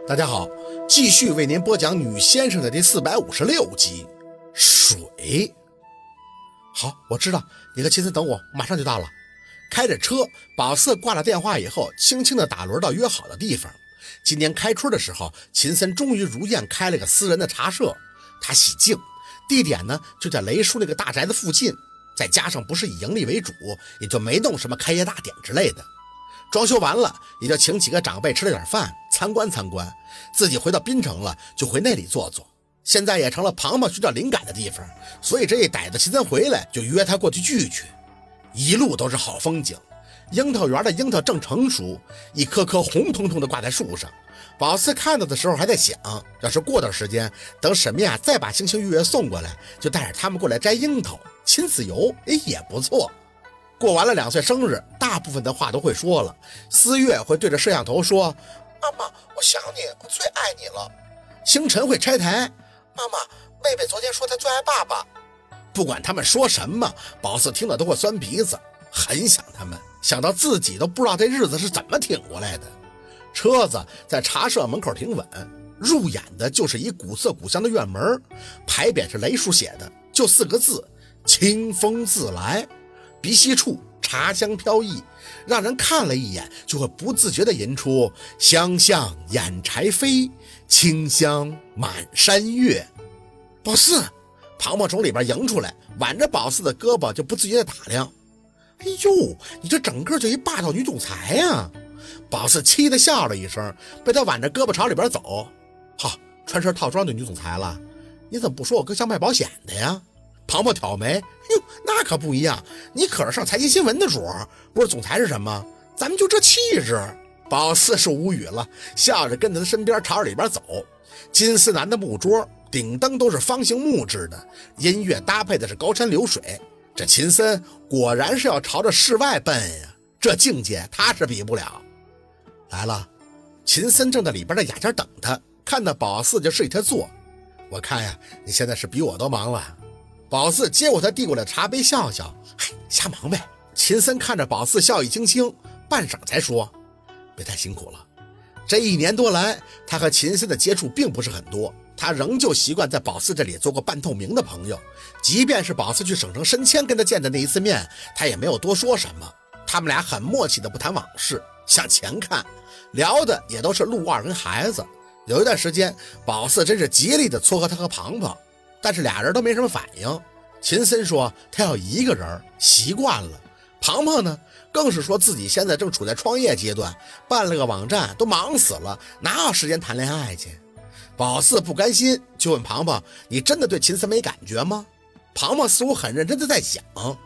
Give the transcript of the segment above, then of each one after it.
大家好，继续为您播讲女先生的第456集水。好，我知道，你和秦森等我，马上就到了。开着车，宝四挂了电话以后，轻轻地打轮到约好的地方。今年开春的时候，秦森终于如愿开了个私人的茶社，他喜静，地点呢就在雷叔那个大宅子附近，再加上不是以盈利为主，也就没弄什么开业大典之类的。装修完了，也就请几个长辈吃了点饭，参观参观。自己回到滨城了，就回那里坐坐。现在也成了庞庞寻找灵感的地方，所以这一逮着秦森回来，就约他过去聚聚。一路都是好风景，樱桃园的樱桃正成熟，一颗颗红彤彤的挂在树上。宝四看到的时候还在想，要是过段时间，等沈面再把星星月月送过来，就带着他们过来摘樱桃，亲子游也不错。过完了2岁生日，大部分的话都会说了。思月会对着摄像头说：“妈妈，我想你，我最爱你了。”星辰会拆台：“妈妈，妹妹昨天说她最爱爸爸。”不管他们说什么，宝四听了都会酸鼻子，很想他们，想到自己都不知道这日子是怎么挺过来的。车子在茶社门口停稳，入眼的就是一古色古香的院门，牌匾是雷叔写的，就4个字：清风自来。鼻息处茶香飘逸，让人看了一眼就会不自觉地吟出香香掩柴飞，清香满山月。宝四，庞庞从里边迎出来，挽着宝四的胳膊就不自觉地打量。哎呦，你这整个就一霸道女总裁呀！宝四气得笑了一声，被他挽着胳膊朝里边走。好，穿身套装的女总裁了，你怎么不说我更像卖保险的呀？庞庞挑眉，哟，那可不一样，你可是上财经新闻的主，不是总裁是什么？咱们就这气质。宝四是无语了，笑着跟着他身边朝着里边走。金丝楠的木桌，顶灯都是方形木质的，音乐搭配的是高山流水。这秦森果然是要朝着室外奔呀，这境界他是比不了。来了，秦森正在里边的雅间等他，看到宝四就示意他坐。我看呀，你现在是比我都忙了。宝四接过他递过来茶杯，笑笑：“嘿，瞎忙呗。”秦森看着宝四笑意轻轻，半晌才说：“别太辛苦了。”这1年多来，他和秦森的接触并不是很多，他仍旧习惯在宝四这里做过半透明的朋友。即便是宝四去省城升迁跟他见的那一次面，他也没有多说什么。他们俩很默契的不谈往事，向前看，聊的也都是陆二跟孩子。有一段时间，宝四真是极力的撮合他和庞庞，但是俩人都没什么反应。秦森说他要一个人，习惯了。庞庞呢，更是说自己现在正处在创业阶段，办了个网站都忙死了，哪有时间谈恋爱去？宝四不甘心，就问庞庞：“你真的对秦森没感觉吗？”庞庞似乎很认真的在想。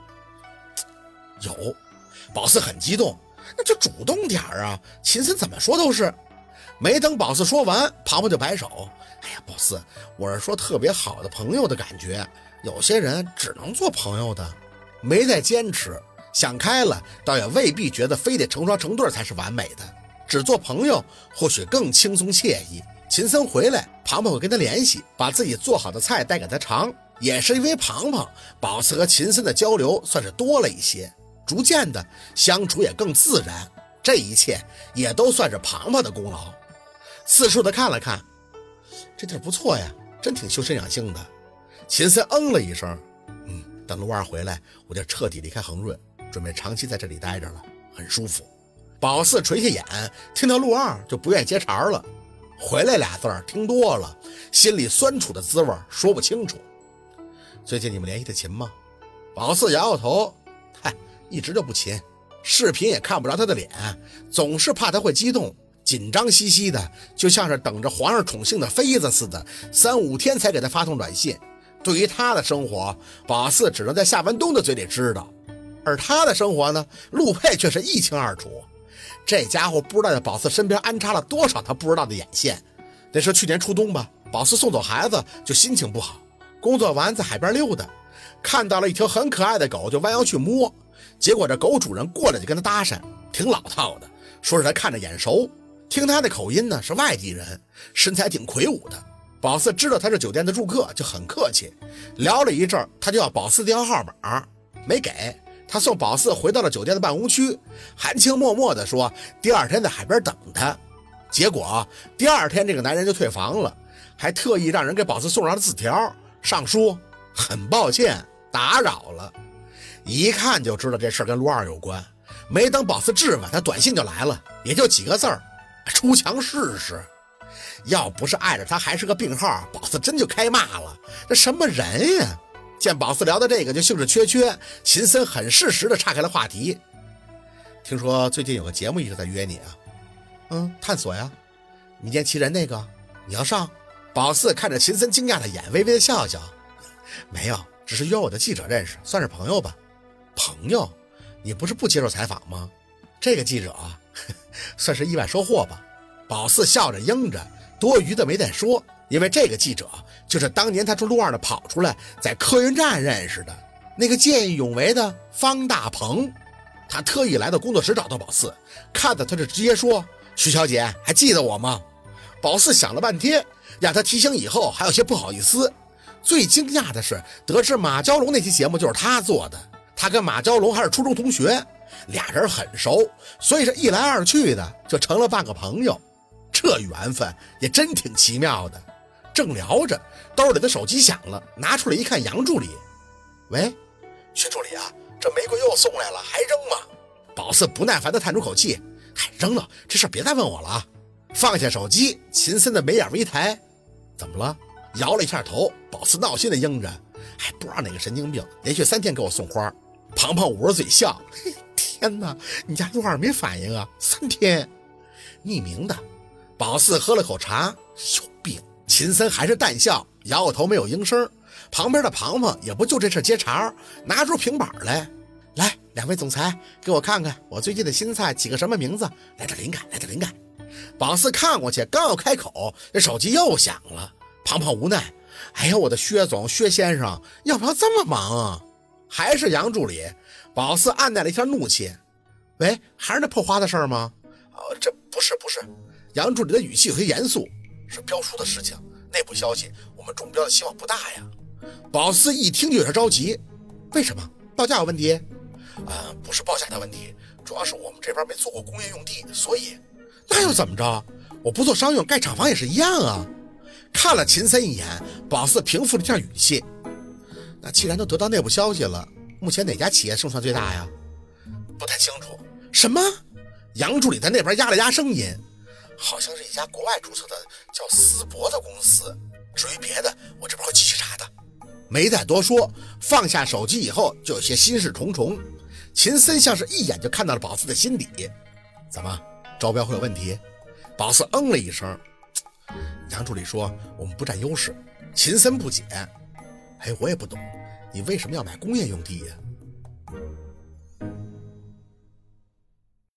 有。宝四很激动：“那就主动点啊，秦森怎么说都是。”没等宝四说完，庞庞就摆手：“哎呀，宝四，我是说特别好的朋友的感觉，有些人只能做朋友的。”没再坚持，想开了，倒也未必觉得非得成双成对才是完美的，只做朋友或许更轻松惬意。秦森回来，庞庞会跟他联系，把自己做好的菜带给他尝。也是因为庞庞，宝四和秦森的交流算是多了一些，逐渐的相处也更自然。这一切也都算是庞庞的功劳。四处的看了看，这地儿不错呀，真挺修身养性的。秦森了一声，等陆二回来，我就彻底离开恒润，准备长期在这里待着了，很舒服。宝四垂下眼，听到陆二就不愿意接茬了。回来俩字儿听多了，心里酸楚的滋味说不清楚。最近你们联系的勤吗？宝四摇摇头，嗨，一直就不勤，视频也看不着他的脸，总是怕他会激动，紧张兮兮的，就像是等着皇上宠幸的妃子似的，3、5天才给他发通短信。对于他的生活，宝四只能在夏文东的嘴里知道，而他的生活呢，陆佩却是一清二楚。这家伙不知道在宝四身边安插了多少他不知道的眼线。那是去年初冬吧，宝四送走孩子就心情不好，工作完在海边溜达，看到了一条很可爱的狗，就弯腰去摸，结果这狗主人过来就跟他搭讪，挺老套的，说是他看着眼熟，听他的口音呢是外地人，身材挺魁梧的。宝四知道他是酒店的住客，就很客气，聊了一阵，他就要宝四电话号码，没给。他送宝四回到了酒店的办公区，含情脉脉地说第2天在海边等他。 结果第二天这个男人就退房了，还特意让人给宝四送上了字条，上书很抱歉打扰了。一看就知道这事跟陆二有关，没等宝四质问，他短信就来了，也就几个字儿：出墙试试。要不是碍着他还是个病号，宝四真就开骂了，这什么人呀？见宝四聊到这个就兴致缺缺，秦森很适时的岔开了话题。听说最近有个节目一直在约你啊？探索呀，民间奇人那个，你要上？宝四看着秦森惊讶的眼，微微的笑笑，没有，只是约我的记者认识，算是朋友吧。朋友？你不是不接受采访吗？这个记者啊，算是意外收获吧。宝四笑着应着，多余的没再说，因为这个记者就是当年他从陆二那跑出来，在客运站认识的那个见义勇为的方大鹏。他特意来到工作室找到宝四，看到他就直接说：徐小姐还记得我吗？宝四想了半天，让他提醒以后还有些不好意思。最惊讶的是得知马蛟龙那期节目就是他做的，他跟马蛟龙还是初中同学，俩人很熟，所以这一来二去的就成了半个朋友。这缘分也真挺奇妙的。正聊着，兜里的手机响了，拿出来一看，杨助理。喂，徐助理啊，这玫瑰又送来了，还扔吗？宝四不耐烦地叹出口气，嗨，扔了，这事别再问我了啊。放下手机，秦森的眉眼微抬，怎么了？摇了一下头。宝四闹心的应着，还不知道哪个神经病连续3天给我送花。庞庞捂着嘴笑，天哪，你家陆二没反应啊？3天？匿名的。宝四喝了口茶，有病。秦森还是淡笑，摇摇头没有应声。旁边的庞庞也不就这事接茬，拿出平板来，来，2位总裁，给我看看我最近的新菜起个什么名字，来点灵感，来点灵感。宝四看过去，刚要开口，这手机又响了。庞庞无奈，哎呀，我的薛总，薛先生，要不要这么忙啊？还是杨助理。宝四按耐了一下怒气，喂，还是那破花的事儿吗？这不是。杨助理的语气有些严肃，是标书的事情，内部消息，我们中标的希望不大呀。宝四一听就有点着急，为什么？报价有问题？不是报价的问题，主要是我们这边没做过工业用地，所以。那又怎么着？我不做商用，盖厂房也是一样啊。看了秦森一眼，宝四平复了一下语气。那既然都得到内部消息了，目前哪家企业胜算最大呀？不太清楚。什么？杨助理在那边压了压声音，好像是一家国外注册的叫思博的公司，至于别的我这边会继续查的。没再多说，放下手机以后就有些心事重重。秦森像是一眼就看到了宝四的心底。怎么，招标会有问题？宝四嗯了一声。杨助理说我们不占优势。秦森不解，我也不懂，你为什么要买工业用地呀？